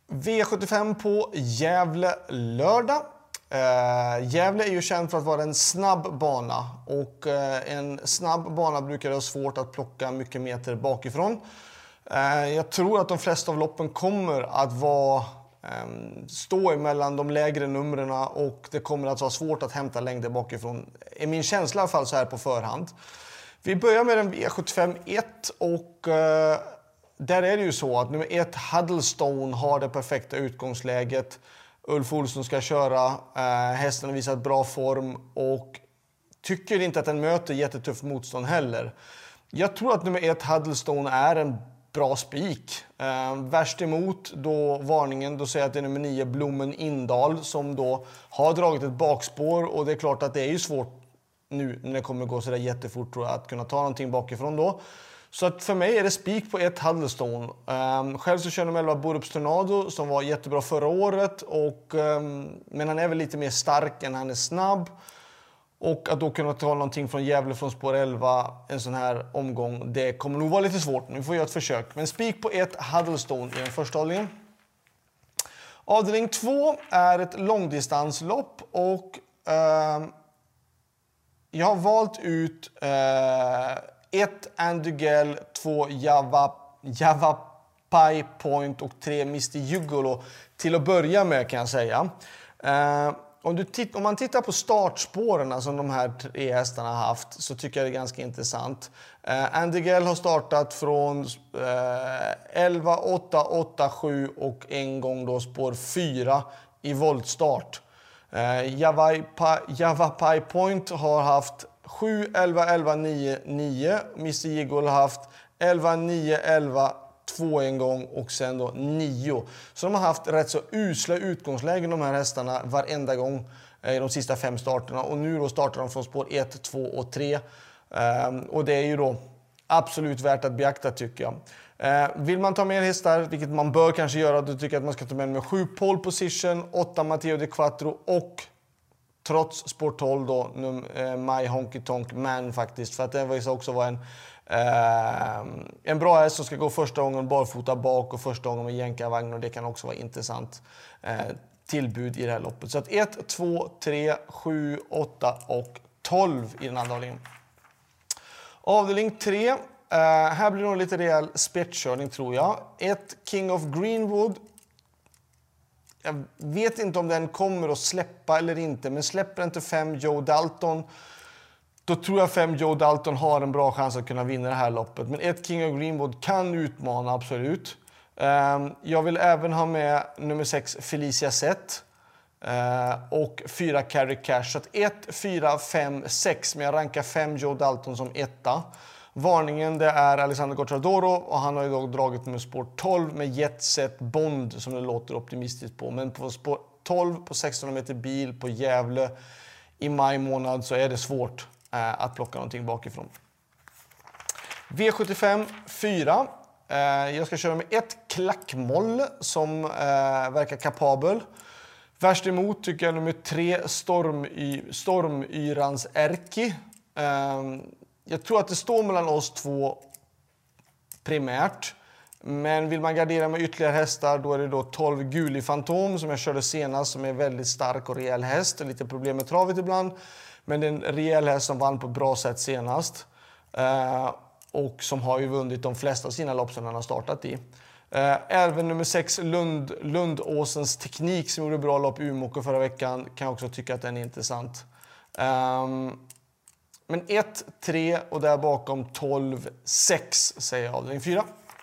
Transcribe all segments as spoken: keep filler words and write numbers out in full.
V sjuttiofem på Gävle lördag. Eh, Gävle är ju känd för att vara en snabb bana och eh, en snabb bana brukar ha svårt att plocka mycket meter bakifrån. Eh, jag tror att de flesta av loppen kommer att vara, eh, stå emellan de lägre numren och det kommer att vara svårt att hämta längder bakifrån. Är min känsla i alla fall så här på förhand. Vi börjar med en V sjuttiofem ett och eh, där är det ju så att nummer ett Huddlestone har det perfekta utgångsläget. Ulf Olsson ska köra, eh, hästen har visat bra form och tycker inte att den möter jättetufft motstånd heller. Jag tror att nummer ett Huddlestone är en bra spik. Eh, värst emot då varningen, då säger jag att det är nummer nio Blommen Indal som då har dragit ett bakspår och det är klart att det är ju svårt nu när det kommer gå så där jättefort tror jag, att kunna ta någonting bakifrån då. Så att för mig är det spik på ett Huddlestone. Um, själv så kör jag elva Borups Tornado som var jättebra förra året. Och, um, men han är väl lite mer stark än han är snabb. Och att då kunna ta någonting från Gävle från spår elva en sån här omgång, det kommer nog vara lite svårt. Vi får göra ett försök. Men spik på ett Huddlestone i den första avdelningen. Avdelning två är ett långdistanslopp och um, jag har valt ut uh, ett Andugel, två Java, Java Pie Point och tre mister Jugolo till att börja med kan jag säga. Uh, om, du titt- om man tittar på startspåren som de här tre hästarna har haft så tycker jag det är ganska intressant. Uh, Andugel har startat från uh, elva, åtta, åtta, sju och en gång då spår fyra i voltstart. Uh, Java, pa, Java Pie Point har haft sju, elva, elva, nio, nio. mister Jiggle har haft elva, nio, elva, två en gång och sen då nio. Så de har haft rätt så usla utgångslägen de här hästarna varenda gång i de sista fem starterna. Och nu då startar de från spår ett, två och tre. Um, och det är ju då absolut värt att beakta tycker jag. Uh, vill man ta med hästar, vilket man bör kanske göra, då tycker jag att man ska ta med med sju pole position, åtta Matteo De Quattro och trots spår tolv då, num, eh, My Honky Tonk Man faktiskt. För att det var också var en, eh, en bra häst som ska gå första gången barfota bak och första gången med jänkarvagn. Och det kan också vara intressant eh, tillbud i det här loppet. Så att ett, två, tre, sju, åtta och tolv i den andra avdelningen. Avdelning tre. Eh, här blir det nog lite rejäl spetskörning tror jag. ett King of Greenwood. Jag vet inte om den kommer att släppa eller inte, men släpper inte fem Joe Dalton, då tror jag fem Joe Dalton har en bra chans att kunna vinna det här loppet. Men ett King of Greenwood kan utmana, absolut. Jag vill även ha med nummer sex Felicia Sett och fyra Carry Cash. Så att ett, fyra, fem, sex, men jag rankar fem Joe Dalton som etta. Varningen det är Alexander Gocciadoro och han har ju då dragit med spår tolv med Jet Set Bond som det låter optimistiskt på. Men på spår tolv på sextonhundra meter bil på Gävle i maj månad så är det svårt eh, att plocka någonting bakifrån. V sjuttiofem fyra. Eh, jag ska köra med ett klackmoll som eh, verkar kapabel. Värst emot tycker jag nummer tre Stormy, Stormyrans Erki. Eh, Jag tror att det står mellan oss två primärt. Men vill man gardera med ytterligare hästar då är det då tolv Guli Fantom som jag körde senast som är väldigt stark och rejäl häst. Lite problem med travet ibland. Men det är en rejäl häst som vann på ett bra sätt senast. Eh, och som har ju vunnit de flesta av sina lopp som han har startat i. Eh, även nummer sex Lund, Lundåsens Teknik som gjorde bra lopp i Umeå förra veckan kan jag också tycka att den är intressant. Um, Men ett, tre och där bakom tolv, sex säger jag avdelning fyra.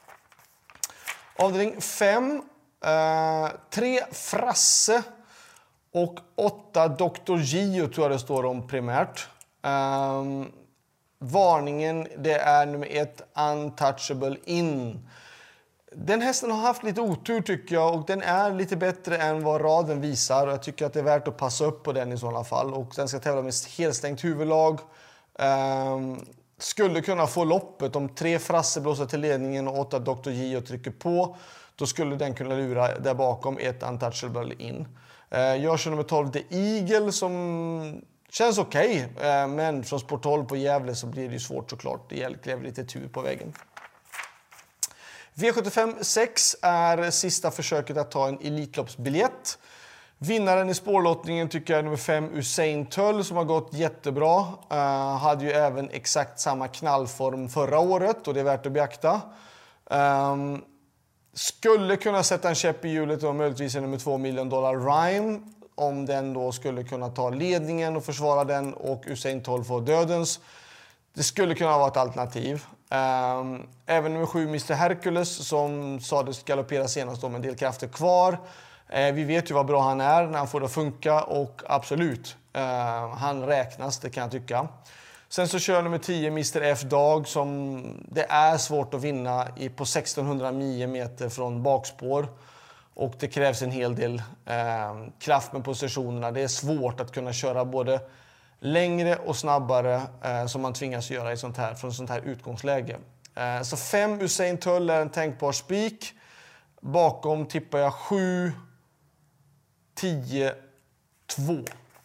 Avdelning fem. Eh, tre Frasse och åtta doktor Gio tror jag det står om primärt. Eh, varningen det är nummer ett Untouchable In. Den hästen har haft lite otur tycker jag och den är lite bättre än vad raden visar. Jag tycker att det är värt att passa upp på den i sådana fall. Och den ska tävla med helstängt huvudlag. Um, skulle kunna få loppet om tre Frasse blåser till ledningen och åtta doktor Gio trycker på. Då skulle den kunna lura där bakom ett Untouchable In. Uh, jag kör nummer tolv The Eagle som känns okej. Okay, uh, men från sport tolv på Gävle så blir det ju svårt såklart. Det kräver lite tur på vägen. V sjuttiofem sex är sista försöket att ta en Elitloppsbiljett. Vinnaren i spårlottningen tycker jag är nummer fem Usain Tull som har gått jättebra. Uh, hade ju även exakt samma knallform förra året och det är värt att beakta. Um, skulle kunna sätta en käpp i hjulet och möjligtvis nummer två Million Dollar Rhyme. Om den då skulle kunna ta ledningen och försvara den och Usain Tull får dödens. Det skulle kunna vara ett alternativ. Um, även nummer sju mister Hercules som sades galoppera senast då med en del krafter kvar. Uh, vi vet ju vad bra han är när han får det att funka och absolut, uh, han räknas, det kan jag tycka. Sen så kör nummer tio mister F Dag som det är svårt att vinna i, på sextonhundranio meter från bakspår. Och det krävs en hel del uh, kraft med positionerna. Det är svårt att kunna köra både längre och snabbare eh, som man tvingas göra i sånt här, från sånt här utgångsläge. Eh, så fem Usain Tull är en tänkbar spik. Bakom tippar jag sju, tio, två.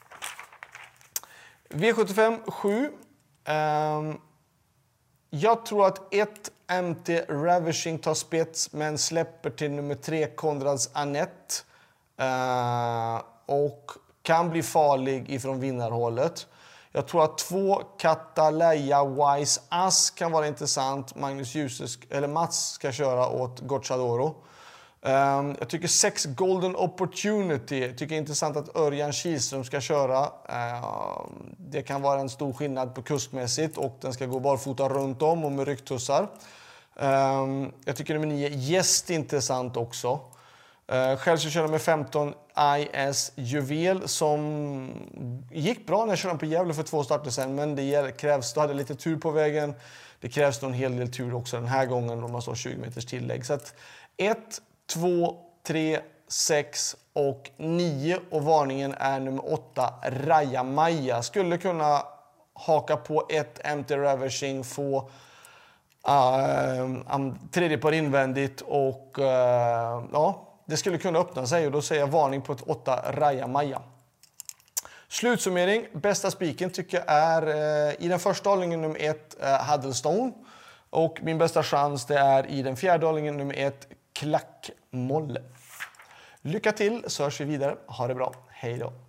V sjuttiofem sju. Eh, jag tror att ett M T Ravishing tar spets men släpper till nummer tre Konrads Annette. Eh, och kan bli farlig ifrån vinnarhållet. Jag tror att två Kataleya Wise Ass kan vara intressant. Magnus Djuse, eller Mats ska köra åt Gocciadoro. Um, jag tycker sex Golden Opportunity. Jag tycker det är intressant att Örjan Kihlström ska köra. Uh, det kan vara en stor skillnad på kuskmässigt och den ska gå barfota runt om och med rycktussar. Um, jag tycker nummer nio Gäst intressant också. Uh, själv så kör jag med femton I S Juvel som gick bra när jag körde på Gävle för två starter sen, men det krävs, då hade lite tur på vägen. Det krävs nog en hel del tur också den här gången om man står tjugo meters tillägg. Så att ett, två, tre, sex och nio och varningen är nummer åtta Raja Maja. Skulle kunna haka på ett M T Ravishing, få uh, um, tredje par invändigt och uh, ja, det skulle kunna öppna sig och då säger jag varning på ett åtta Raja Maja. Slutsumering. Bästa spiken tycker jag är eh, i den första hållningen nummer ett eh, Huddlestone. Och min bästa chans det är i den fjärde hållningen nummer ett Klackmolle. Lycka till så hörs vi vidare. Ha det bra. Hej då.